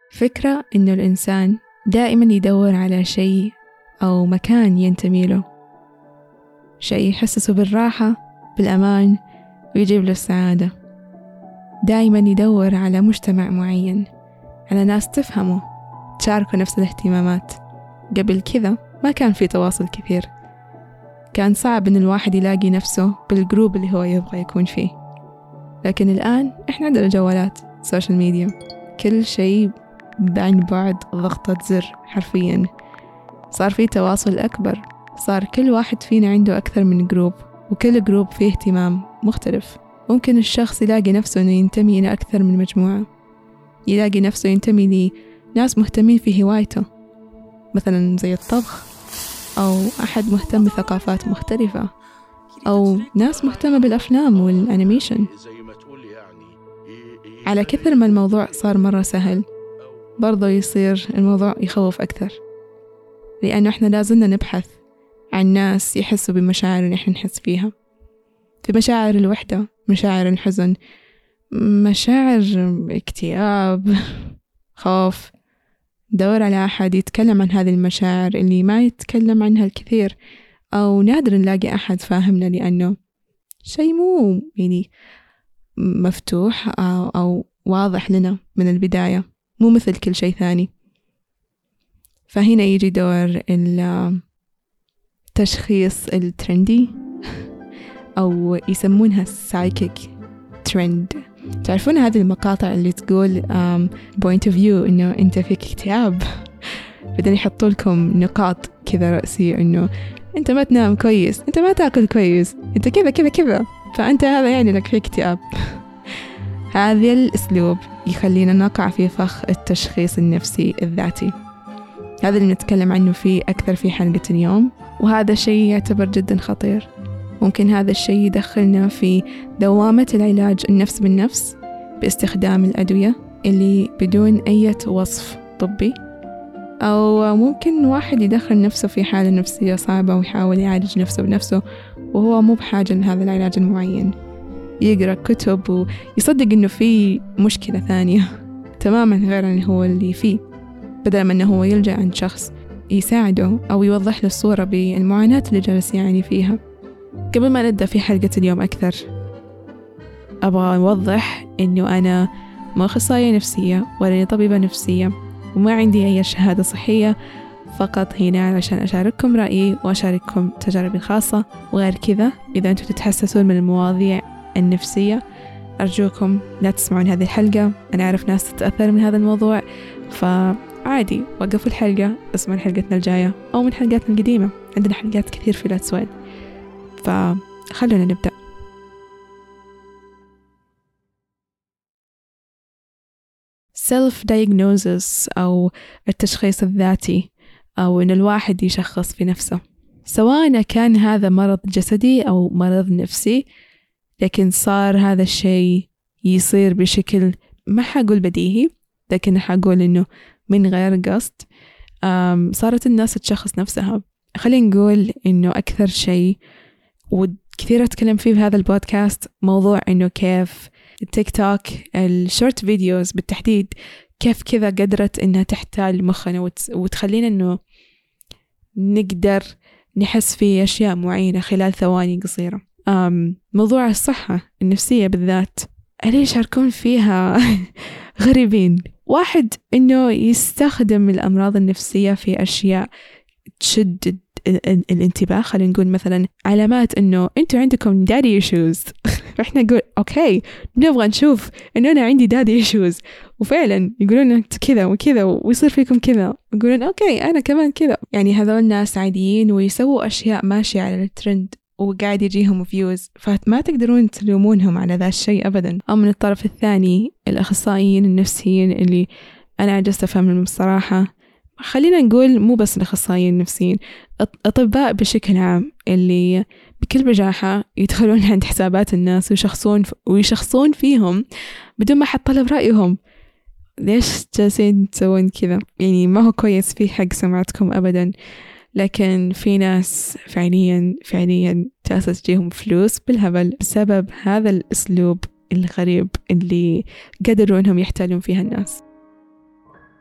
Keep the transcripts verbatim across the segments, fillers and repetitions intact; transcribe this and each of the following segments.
فكرة إنه الإنسان دائما يدور على شيء أو مكان ينتمي له، شيء يحسسه بالراحة بالأمان ويجيب له السعادة. دائما يدور على مجتمع معين، على ناس تفهمه تشاركه نفس الاهتمامات. قبل كذا ما كان في تواصل كثير، كان صعب إن الواحد يلاقي نفسه بالجروب اللي هو يبغى يكون فيه. لكن الآن إحنا عندنا جوالات، سوشيال ميديا، كل شيء عن بعد ضغطة زر حرفيا. صار في تواصل أكبر، صار كل واحد فينا عنده أكثر من جروب، وكل جروب فيه اهتمام مختلف. ممكن الشخص يلاقي نفسه إنه ينتمي إلى أكثر من مجموعة، يلاقي نفسه ينتمي لناس مهتمين في هوايته مثلا زي الطبخ، أو أحد مهتم بثقافات مختلفة، أو ناس مهتمة بالأفلام والأنيميشن. على كثر ما الموضوع صار مرة سهل، برضو يصير الموضوع يخوف أكثر، لأنه إحنا لازلنا نبحث عن ناس يحسوا بمشاعر اللي إحنا نحس فيها، في مشاعر الوحدة، مشاعر الحزن، مشاعر اكتئاب، خوف. دور على أحد يتكلم عن هذه المشاعر اللي ما يتكلم عنها الكثير، أو نادر نلاقي أحد فاهمنا، لأنه شيء مو يعني مفتوح أو, أو واضح لنا من البداية، مو مثل كل شيء ثاني. فهنا يجي دور التشخيص الترندي، أو يسمونها السايكيك ترند. تعرفون هذه المقاطع اللي تقول point of view إنه أنت فيك اكتئاب، بدنا يحطوا لكم نقاط كذا رأسية إنه أنت ما تنام كويس، أنت ما تأكل كويس، أنت كذا كذا كذا، فأنت هذا يعني لك فيك اكتئاب. هذا الأسلوب يخلينا نقع في فخ التشخيص النفسي الذاتي. هذا اللي نتكلم عنه فيه أكثر في حلقة اليوم، وهذا شيء يعتبر جدا خطير. ممكن هذا الشيء يدخلنا في دوامة العلاج النفس بالنفس باستخدام الأدوية اللي بدون أي وصف طبي، أو ممكن واحد يدخل نفسه في حالة نفسية صعبة ويحاول يعالج نفسه بنفسه وهو مو بحاجة لهذا العلاج المعين، يقرأ كتب ويصدق إنه في مشكلة ثانية تماما غير اللي هو اللي فيه، بدل ما إنه هو يلجأ عند شخص يساعده أو يوضح له الصورة بالمعاناة اللي جالس يعني فيها. قبل ما نبدأ في حلقة اليوم أكثر، أبغى أوضح إنه أنا ما أخصائية نفسية ولا طبيبة نفسية، وما عندي أي شهادة صحية، فقط هنا علشان أشارككم رأيي وأشارككم تجاربي الخاصة. وغير كذا إذا أنتم تتحسسون من المواضيع النفسية أرجوكم لا تسمعون هذه الحلقة. أنا أعرف ناس تتأثر من هذا الموضوع، فعادي وقفوا الحلقة، اسمعوا حلقتنا الجاية أو من حلقاتنا القديمة، عندنا حلقات كثير في لا تسوين. فخلونا نبدأ. self-diagnosis أو التشخيص الذاتي، أو إن الواحد يشخص في نفسه، سواء كان هذا مرض جسدي أو مرض نفسي، لكن صار هذا الشيء يصير بشكل ما حقول بديهي، لكن حقول إنه من غير قصد. صارت الناس تشخص نفسها. خلينا نقول إنه أكثر شيء وكثير أتكلم فيه في هذا البودكاست موضوع إنه كيف التيك توك، الشورت فيديوز بالتحديد، كيف كذا قدرت إنها تحتال مخنا وت... وتخلينا إنه نقدر نحس في أشياء معينة خلال ثواني قصيرة. أم موضوع الصحة النفسية بالذات اللي يشاركون فيها غريبين. واحد إنه يستخدم الأمراض النفسية في أشياء تشد الانتباه. خلينا نقول مثلا علامات إنه أنتوا عندكم daddy issues فإحنا نقول أوكي نبغى نشوف إنه أنا عندي daddy issues، وفعلا يقولون أنت كذا وكذا ويصير فيكم كذا، يقولون أوكي أنا كمان كذا. يعني هذول الناس عاديين ويسووا أشياء ماشية على الترند وقاعد يجيهم فيوز، فما تقدرون تلومونهم على ذا الشيء أبدا. أو من الطرف الثاني الأخصائيين النفسيين اللي أنا عجزت أفهم لهم الصراحة، خلينا نقول مو بس الأخصائيين النفسيين، أطباء بشكل عام اللي بكل بجاحة يدخلون عند حسابات الناس ويشخصون ويشخصون فيهم بدون ما حد طلب رأيهم. ليش جالسين تسوون كذا؟ يعني ما هو كويس، في حق سمعتكم أبدا، لكن في ناس فعليا فعليا جالسة تجيهم فلوس بالهبل بسبب هذا الأسلوب الغريب اللي قدروا أنهم يحتالون فيها الناس.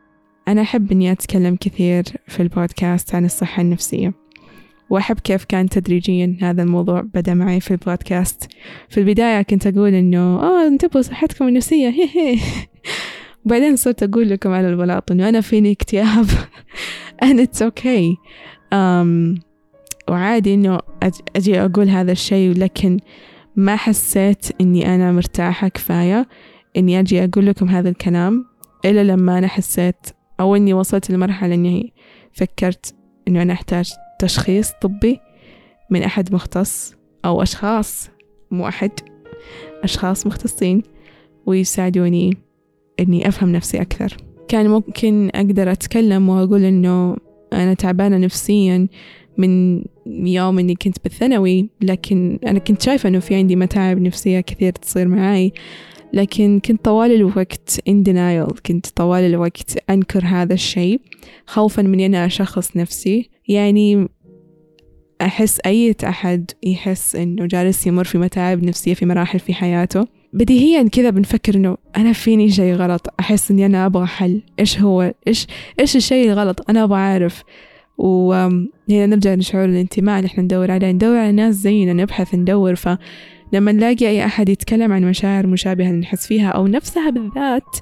أنا أحب إني أتكلم كثير في البودكاست عن الصحة النفسية، وأحب كيف كان تدريجيا هذا الموضوع بدأ معي في البودكاست. في البداية كنت أقول إنه آه انتبهوا صحتكم النفسية هي هي وبعدين صرت أقول لكم على البلاط إنه أنا فيني اكتئاب and it's okay. um, وعادي إنه أجي أقول هذا الشيء، لكن ما حسيت إني أنا مرتاحة كفاية إني أجي أقول لكم هذا الكلام إلا لما أنا حسيت أو إني وصلت لمرحلة إني فكرت إنه أنا أحتاج تشخيص طبي من أحد مختص أو أشخاص، مو أحد، أشخاص مختصين ويساعدوني إني أفهم نفسي أكثر. كان ممكن أقدر أتكلم وأقول إنه أنا تعبانة نفسيا من يوم إني كنت بالثانوي، لكن أنا كنت شايفة إنه في عندي متاعب نفسية كثير تصير معي، لكن كنت طوال الوقت in denial، كنت طوال الوقت أنكر هذا الشيء خوفا من أن أنا أشخص نفسي. يعني أحس أي أحد يحس إنه جالس يمر في متاعب نفسية في مراحل في حياته، بديهيا كذا بنفكر إنه أنا فيني شيء غلط، أحس إني أنا أبغى حل، إيش هو إيش إيش الشيء الغلط، أنا أبغى أعرف. وهنا نرجع لشعور الانتماء اللي إحنا ندور عليه، ندور على ناس زينا، نبحث ندور. فلما نلاقي أي أحد يتكلم عن مشاعر مشابهة نحس فيها أو نفسها بالذات،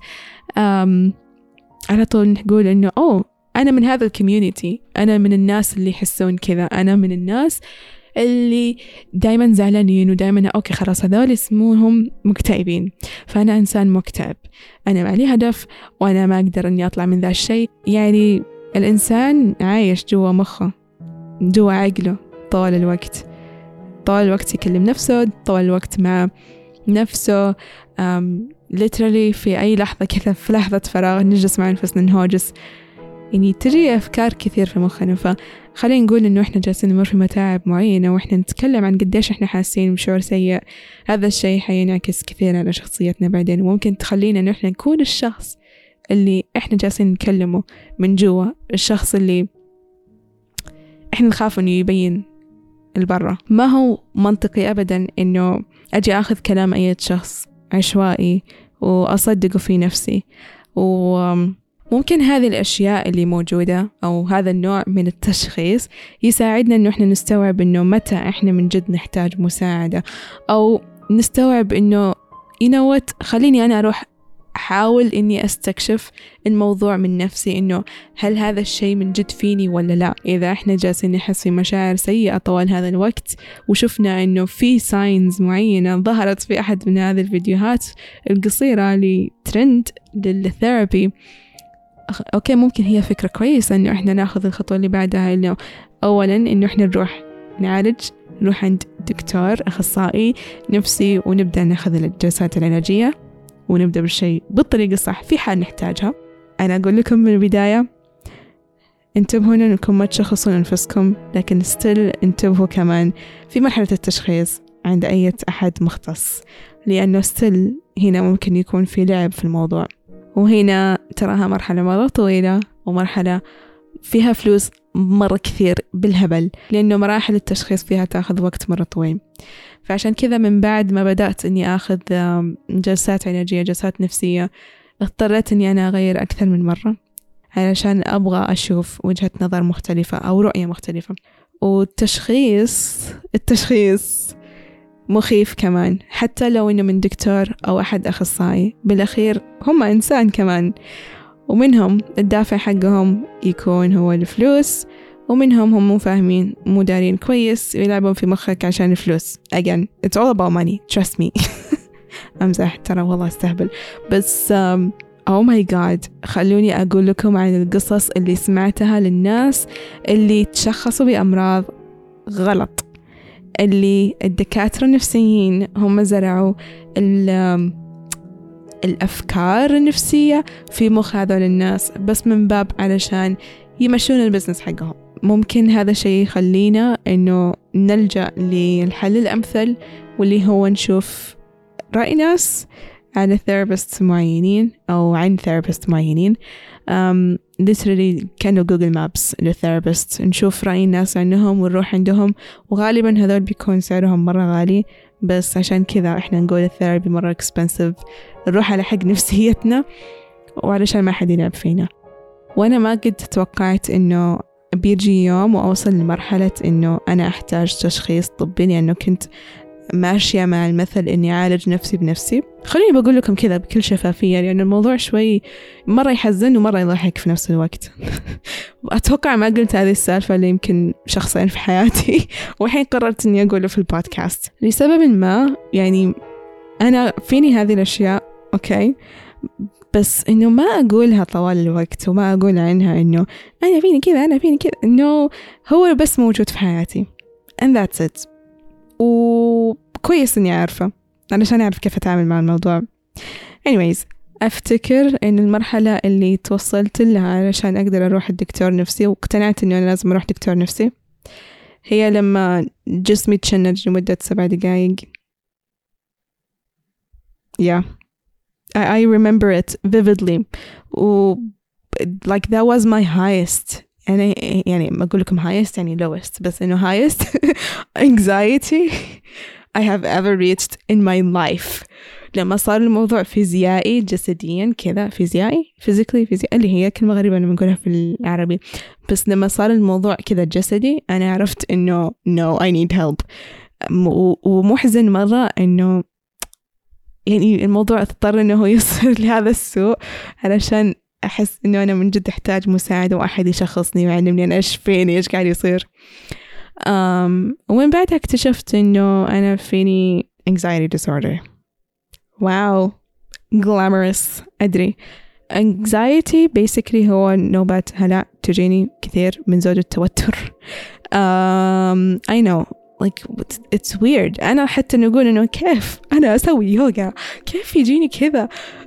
على طول نقول إنه أوه أنا من هذا الكوميونيتي، أنا من الناس اللي يحسون كذا، أنا من الناس اللي دايما زعلانين ودايما أوكي خلاص هذول اسمهم مكتئبين، فأنا إنسان مكتئب، أنا ما لي هدف وأنا ما أقدر أني أطلع من ذا الشيء. يعني الإنسان عايش جوا مخه، جوا عقله طوال الوقت، طوال الوقت يكلم نفسه، طوال الوقت مع نفسه. um, literally في أي لحظة كذا، في لحظة فراغ نجلس مع نفسنا نهوجس، يعني تجي أفكار كثير في مخنا. فخلينا نقول إنه إحنا جالسين نمر في متاعب معينة وإحنا نتكلم عن قديش إحنا حاسين بشعور سيء، هذا الشيء حينعكس كثير على شخصيتنا بعدين، وممكن تخلينا إنه إحنا نكون الشخص اللي إحنا جالسين نكلمه من جوا، الشخص اللي إحنا نخاف إنه يبين البرة. ما هو منطقي أبدا إنه أجي أخذ كلام أي شخص عشوائي وأصدقه في نفسي. وممكن هذه الأشياء اللي موجودة أو هذا النوع من التشخيص يساعدنا إنه إحنا نستوعب إنه متى إحنا من جد نحتاج مساعدة، أو نستوعب إنه you know what خليني أنا أروح أحاول إني أستكشف الموضوع من نفسي، إنه هل هذا الشيء من جد فيني ولا لا. إذا إحنا جالسين نحس في مشاعر سيئة طوال هذا الوقت وشفنا إنه في ساينز معينة ظهرت في أحد من هذه الفيديوهات القصيرة لترند للثيرابي، أوكي ممكن هي فكرة كويسة إنه إحنا ناخذ الخطوة اللي بعدها، إنه أولا إنه إحنا نروح نعالج، نروح عند دكتور أخصائي نفسي ونبدأ ناخذ الجلسات العلاجية ونبدأ بالشيء بالطريقة الصح في حال نحتاجها. أنا أقول لكم من البداية انتبهوا أنكم ما تشخصون أنفسكم، لكن ستيل انتبهوا كمان في مرحلة التشخيص عند أي أحد مختص، لأنه ستيل هنا ممكن يكون في لعب في الموضوع، وهنا تراها مرحلة مرة طويلة ومرحلة فيها فلوس مرة كثير بالهبل، لأنه مراحل التشخيص فيها تأخذ وقت مرة طويل. فعشان كذا من بعد ما بدأت أني أخذ جلسات علاجية، جلسات نفسية، اضطريت أني أنا أغير أكثر من مرة علشان أبغى أشوف وجهة نظر مختلفة أو رؤية مختلفة. والتشخيص التشخيص مخيف كمان، حتى لو إنه من دكتور أو أحد أخصائي، بالأخير هم إنسان كمان، ومنهم الدافع حقهم يكون هو الفلوس، ومنهم هم مو فاهمين مو دارين كويس ويلعبون في مخك عشان الفلوس. again it's all about money trust me. أمزح ترى والله استهبل، بس um, oh my god خلوني أقول لكم عن القصص اللي سمعتها للناس اللي تشخصوا بأمراض غلط، اللي الدكاترة النفسيين هم زرعوا الأفكار النفسية في مخ هذول الناس بس من باب علشان يمشون البزنس حقهم. ممكن هذا الشيء يخلينا إنه نلجأ للحل الأمثل، واللي هو نشوف رأي ناس على ثيرابيست معينين أو عن ثيرابيست معينين. um, literally كانوا جوجل مابس للثيرابيست، نشوف رأي الناس عنهم ونروح عندهم، وغالبا هذول بيكون سعرهم مرة غالي، بس عشان كذا إحنا نقول الثيرابي مرة expensive، نروح على حق نفسيتنا وعلشان ما حد يلعب فينا. وأنا ما قد توقعت إنه بيجي يوم وأوصل لمرحلة إنه أنا أحتاج تشخيص طبي، لأنه كنت ماشية مع المثل إني أعالج نفسي بنفسي. خليني بقول لكم كذا بكل شفافية، لأن يعني الموضوع شوي مرة يحزن ومرة يضحك في نفس الوقت. أتوقع ما قلت هذه السالفة اللي يمكن شخصين في حياتي والحين قررت إني أقوله في البودكاست لسبب ما. يعني أنا فيني هذه الأشياء أوكي، بس إنه ما أقولها طوال الوقت وما أقول عنها إنه أنا فيني كذا أنا فيني كذا، إنه هو بس موجود في حياتي and that's it. وكويس إني عارفة علشان أعرف كيف أتعامل مع الموضوع. anyways أفتكر إن المرحلة اللي توصلت لها علشان أقدر أروح الدكتور نفسي واقتنعت إنه أنا لازم أروح دكتور نفسي هي لما جسمي تشنج لمدة سبع دقايق. yeah I, I remember it vividly و like that was my highest. يعني يعني ما أقول لكم highest يعني lowest، بس إنه highest anxiety I have ever reached in my life. لما صار الموضوع فيزيائي جسديا كذا، فيزيائي physically فيزيائي اللي هي كلمة غريبة أنا بنقولها في العربي، بس لما صار الموضوع كذا جسدي أنا عرفت إنه no I need help. ومحزن مرة إنه يعني الموضوع اضطر إنه يصير لهذا السوء علشان أحس إنه أنا من جد أحتاج مساعدة وأحد يشخصني ويعلمني أنا إيش فيني إيش قاعد يصير. um, ومن بعدها اكتشفت إنه أنا فيني anxiety disorder. واو glamorous أدري. anxiety basically هو نوبات هلع تجيني كثير من زوج التوتر. um, I know like it's weird. أنا حتى نقول إنه كيف أنا أسوي يوغا كيف يجيني كذا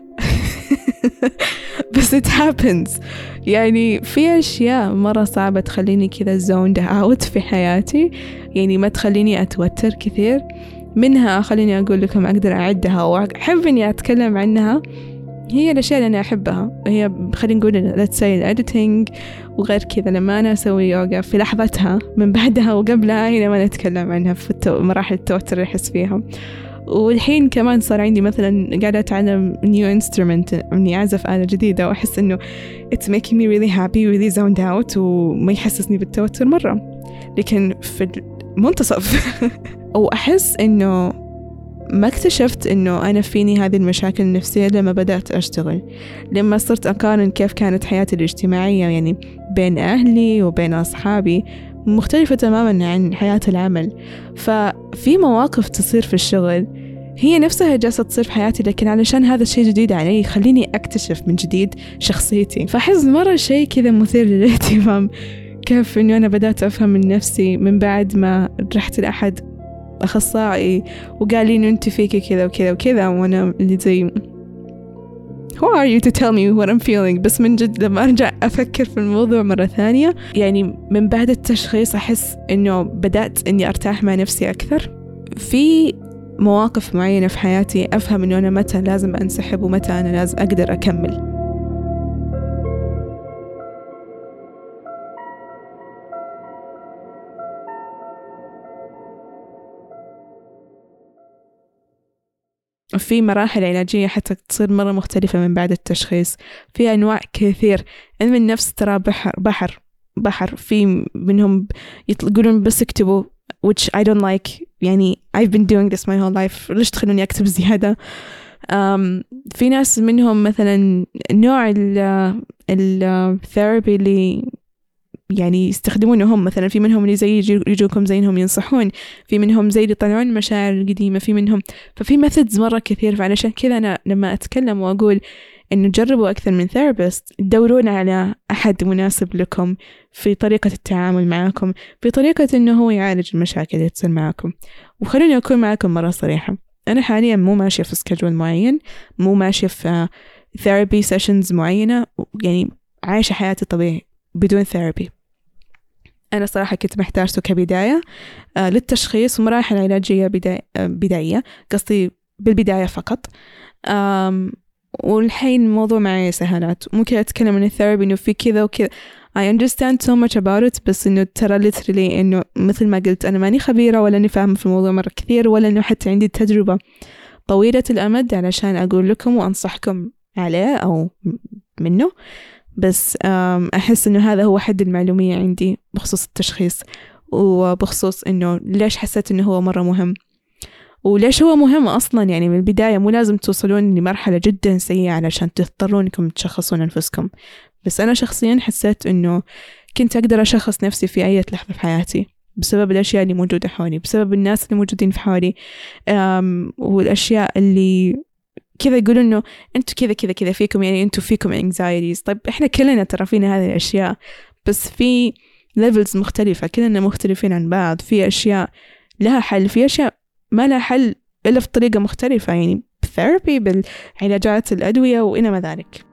بس it happens. يعني في أشياء مرة صعبة تخليني كذا zoned out في حياتي، يعني ما تخليني أتوتر كثير. منها خليني أقول لكم أقدر أعدها وأحب إني أتكلم عنها، هي الأشياء اللي أنا أحبها هي خلينا نقول let's say editing وغير كذا. لما أنا أسوي يوغا في لحظتها من بعدها وقبلها هنا ما نتكلم عنها في التو... مراحل التوتر اللي أحس فيها. والحين كمان صار عندي مثلا قاعدة أتعلم new instrument إني أعزف آلة جديدة وأحس إنه it's making me really happy really zoned out وما يحسسني بالتوتر مرة. لكن في المنتصف وأحس إنه ما اكتشفت إنه أنا فيني هذه المشاكل النفسية لما بدأت أشتغل، لما صرت أقارن كيف كانت حياتي الاجتماعية يعني بين أهلي وبين أصحابي مختلفة تماماً عن حياة العمل. ففي مواقف تصير في الشغل هي نفسها جالسة تصير في حياتي، لكن علشان هذا الشيء جديد علي يخليني أكتشف من جديد شخصيتي. فأحس مرة شيء كذا مثير للاهتمام كيف إنه أنا بدأت أفهم من نفسي من بعد ما رحت لأحد أخصائي وقال لي إنه أنت فيك كذا وكذا وكذا، وأنا اللي زي who are you to tell me what I'm feeling. بس من جد لما أرجع أفكر في الموضوع مرة ثانية يعني من بعد التشخيص أحس إنه بدأت إني أرتاح مع نفسي أكثر. في مواقف معينة في حياتي أفهم إنه أنا متى لازم أنسحب ومتى أنا لازم أقدر أكمل. في مراحل علاجية حتى تصير مرة مختلفة من بعد التشخيص. في أنواع كثير. علم النفس ترى بحر بحر بحر في منهم يقولون بس اكتبوا which I don't like. يعني I've been doing this my whole life، ليش تخلوني أكتب زيادة؟ um, في ناس منهم مثلا نوع ال ال therapy اللي يعني يستخدمونه هم، مثلا في منهم اللي زي يجوكم زي إنهم ينصحون، في منهم زي اللي يطلعون المشاعر القديمة، في منهم ففي methods مرة كثير. فعلشان كذا أنا لما أتكلم وأقول إنه جربوا أكثر من therapist، دورون على أحد مناسب لكم في طريقة التعامل معكم، في طريقة إنه هو يعالج المشاكل اللي تصير معكم. وخلوني أكون معكم مرة صريحة، أنا حاليا مو ماشية في سكجول معين، مو ماشية في therapy sessions معينة، يعني عايشة حياتي طبيعي بدون ثيرابي. أنا صراحة كنت محتاجته كبداية آه للتشخيص ومراحل علاجية بداية آه بداية قصدي بالبداية فقط. آم والحين الموضوع معي سهلات، ممكن أتكلم عن الثيرابي إنه في كذا وكذا. I understand so much about it، بس إنه ترى literally إنه مثل ما قلت أنا ماني خبيرة ولا إني فاهمة في الموضوع مرة كثير، ولا إنه حتى عندي تجربة طويلة الأمد علشان أقول لكم وأنصحكم عليه أو منه. بس أحس إنه هذا هو حد المعلومية عندي بخصوص التشخيص، وبخصوص إنه ليش حسيت إنه هو مرة مهم، وليش هو مهم أصلا. يعني من البداية مو لازم توصلون لمرحلة جدا سيئة علشان تضطرون إنكم تشخصون أنفسكم. بس أنا شخصيا حسيت إنه كنت أقدر أشخص نفسي في أي لحظة في حياتي بسبب الأشياء اللي موجودة حولي، بسبب الناس اللي موجودين في حولي، والأشياء اللي كذا يقولوا إنه أنتوا كذا كذا كذا فيكم، يعني أنتوا فيكم anxieties. طيب إحنا كلنا ترى فينا هذه الأشياء، بس في levels مختلفة، كلنا مختلفين عن بعض. في أشياء لها حل، في أشياء ما لها حل إلا في طريقة مختلفة، يعني بالثيرابي، بالعلاجات، الأدوية وإلى ما ذلك.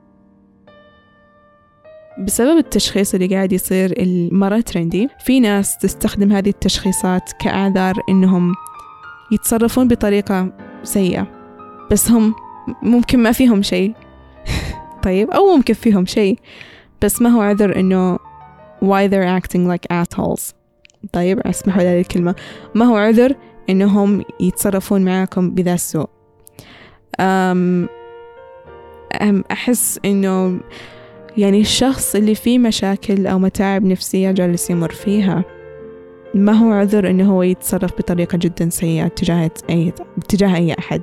بسبب التشخيص اللي قاعد يصير المرة ترندي، في ناس تستخدم هذه التشخيصات كأعذار إنهم يتصرفون بطريقة سيئة، بس هم ممكن ما فيهم شيء طيب، أو ممكن فيهم شيء بس ما هو عذر إنه why they're acting like assholes. طيب اسمحوا لي الكلمة، ما هو عذر إنهم يتصرفون معاكم بذا السوء. أم أحس إنه يعني الشخص اللي فيه مشاكل أو متاعب نفسية جالس يمر فيها ما هو عذر إنه هو يتصرف بطريقة جدا سيئة تجاه أي تجاه أي أحد.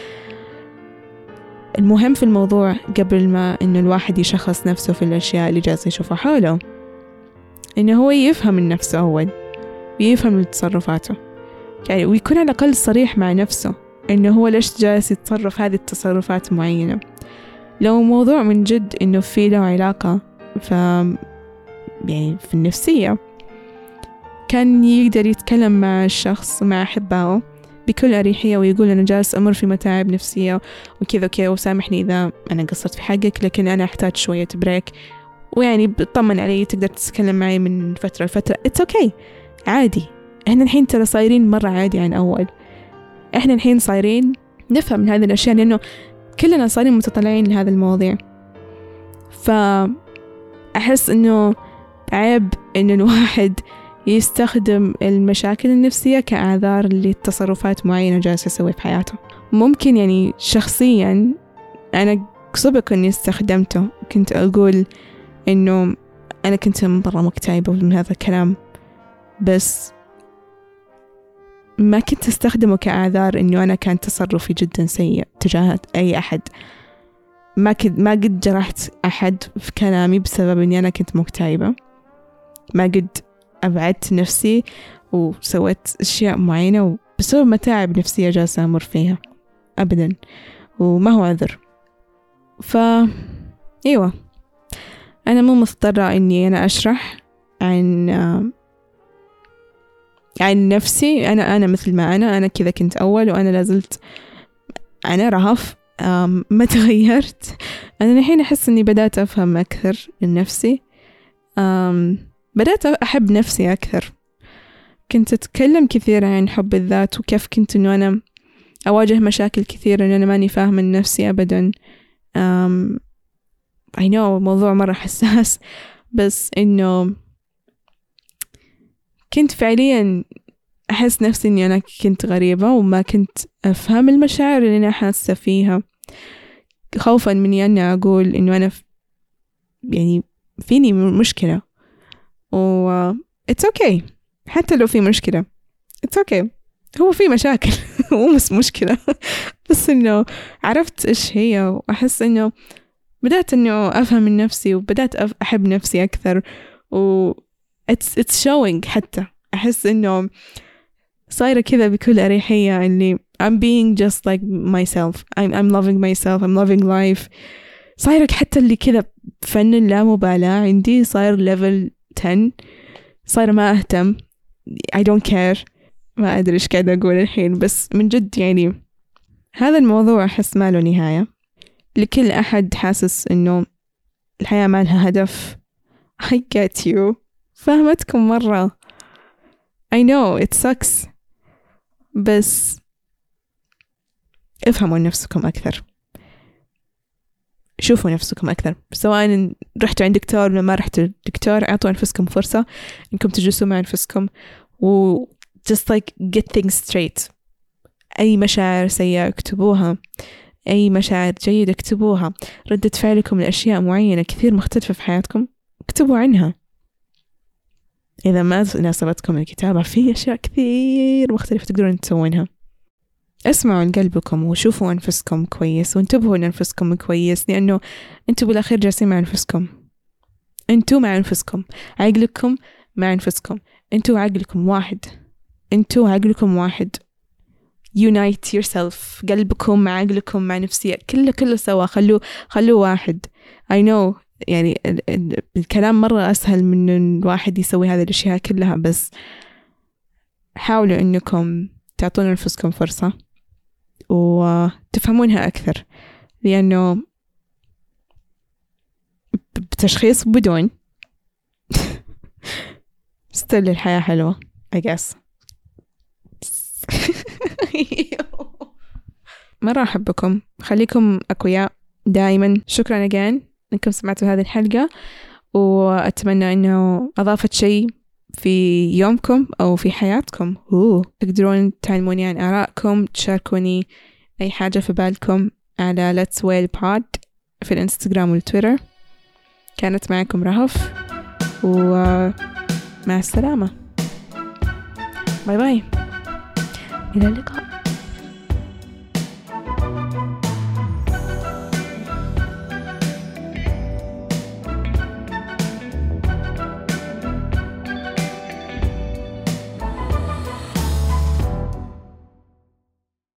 المهم في الموضوع قبل ما إنه الواحد يشخص نفسه في الأشياء اللي جالس يشوفها حوله، إنه هو يفهم من نفسه أول، ويفهم من تصرفاته، يعني ويكون على الأقل صريح مع نفسه إنه هو ليش جالس يتصرف هذه التصرفات معينة. لو موضوع من جد إنه في له علاقة ف يعني في النفسية، كان يقدر يتكلم مع الشخص، مع أحبائه بكل أريحية، ويقول أنا جالس أمر في متاعب نفسية وكذا وكذا، وسامحني إذا أنا قصرت في حقك، لكن أنا أحتاج شوية بريك، ويعني بتطمن علي، تقدر تتكلم معي من فترة لفترة. It's okay، عادي. إحنا الحين ترى صايرين مرة عادي عن أول. إحنا الحين صايرين نفهم من هذه الأشياء، لأنه كلنا صايرين متطلعين لهذا المواضيع. فأحس إنه عيب إنه الواحد يستخدم المشاكل النفسية كأعذار لتصرفات معينة جالس يسوي في حياته. ممكن يعني شخصيا أنا سبق إني استخدمته، كنت أقول إنه أنا كنت مرة مكتئبة من هذا الكلام، بس ما كنت أستخدمه كأعذار إنه أنا كان تصرفي جدا سيء تجاه أي أحد. ما كد ما قد جرحت أحد في كلامي بسبب إني أنا كنت مكتئبة، ما قد أبعدت نفسي وسويت أشياء معينة بسبب متاعب نفسية جالسة أمر فيها أبدا، وما هو عذر. فا أيوة، أنا مو مضطرة إني أنا أشرح عن عن نفسي. أنا أنا مثل ما أنا أنا كذا كنت أول، وأنا لازلت أنا رهف، ما تغيرت. أنا الحين أحس إني بدأت أفهم أكثر من نفسي، بدأت أحب نفسي أكثر. كنت أتكلم كثير عن حب الذات، وكيف كنت إنه أنا أواجه مشاكل كثيرة إن أنا ماني فاهمة نفسي أبدا. um, I know موضوع مرة حساس، بس إنه كنت فعليا أحس نفسي إني أنا كنت غريبة، وما كنت أفهم المشاعر اللي أنا حاسة فيها، خوفا مني أني أقول إنه أنا يعني فيني مشكلة، و it's okay حتى لو في مشكلة it's okay، هو في مشاكل مو بس مشكلة بس إنه عرفت إيش هي، وأحس إنه بدأت إنه أفهم من نفسي، وبدأت أحب نفسي أكثر، و it's it's showing. حتى أحس إنه صايرة كذا بكل أريحية، اللي I'm being just like myself, I'm I'm loving myself, I'm loving life. صايرة حتى اللي كذا فن اللامبالاة عندي صاير level ten، صايرة ما أهتم، I don't care. ما أدري إيش قاعدة أقول الحين، بس من جد يعني هذا الموضوع أحس ما له نهاية. لكل أحد حاسس إنه الحياة ما لها هدف، I get you، فهمتكم مرة. I know it sucks، بس افهموا نفسكم أكثر، شوفوا نفسكم أكثر، سواء رحتوا عند دكتور ولا ما رحتوا دكتور، أعطوا أنفسكم فرصة إنكم تجلسوا مع أنفسكم و just like get things straight. أي مشاعر سيئة اكتبوها، أي مشاعر جيدة اكتبوها. ردة فعلكم لأشياء معينة كثير مختلفة في حياتكم اكتبوا عنها. إذا ما ناسبتكم الكتابة في أشياء كثير مختلفة تقدرون تسوونها. اسمعوا لقلبكم وشوفوا أنفسكم كويس وانتبهوا لأنفسكم كويس، لأنه أنتوا بالأخير جالسين مع أنفسكم. أنتوا مع أنفسكم، عقلكم مع أنفسكم. أنتوا عقلكم واحد، أنتوا عقلكم واحد. unite yourself. قلبكم مع عقلكم مع نفسية، كله كله سوا. خلوه خلوه واحد. I know يعني ال ال الكلام مرة أسهل من إن الواحد يسوي هذه الأشياء كلها، بس حاولوا إنكم تعطون أنفسكم فرصة وتفهمونها أكثر، لأنه بتشخيص بدون ستيل الحياة حلوة I guess. مرة أحبكم، خليكم أقوياء دائما. شكرا again إنكم سمعتوا هذه الحلقة، وأتمنى إنه أضافت شيء في يومكم أو في حياتكم. أوه. تقدرون تعلموني عن آرائكم، تشاركوني أي حاجة في بالكم على Let's Well Pod في الإنستغرام والتويتر. كانت معكم رهف، ومع السلامة. باي باي، إلى اللقاء.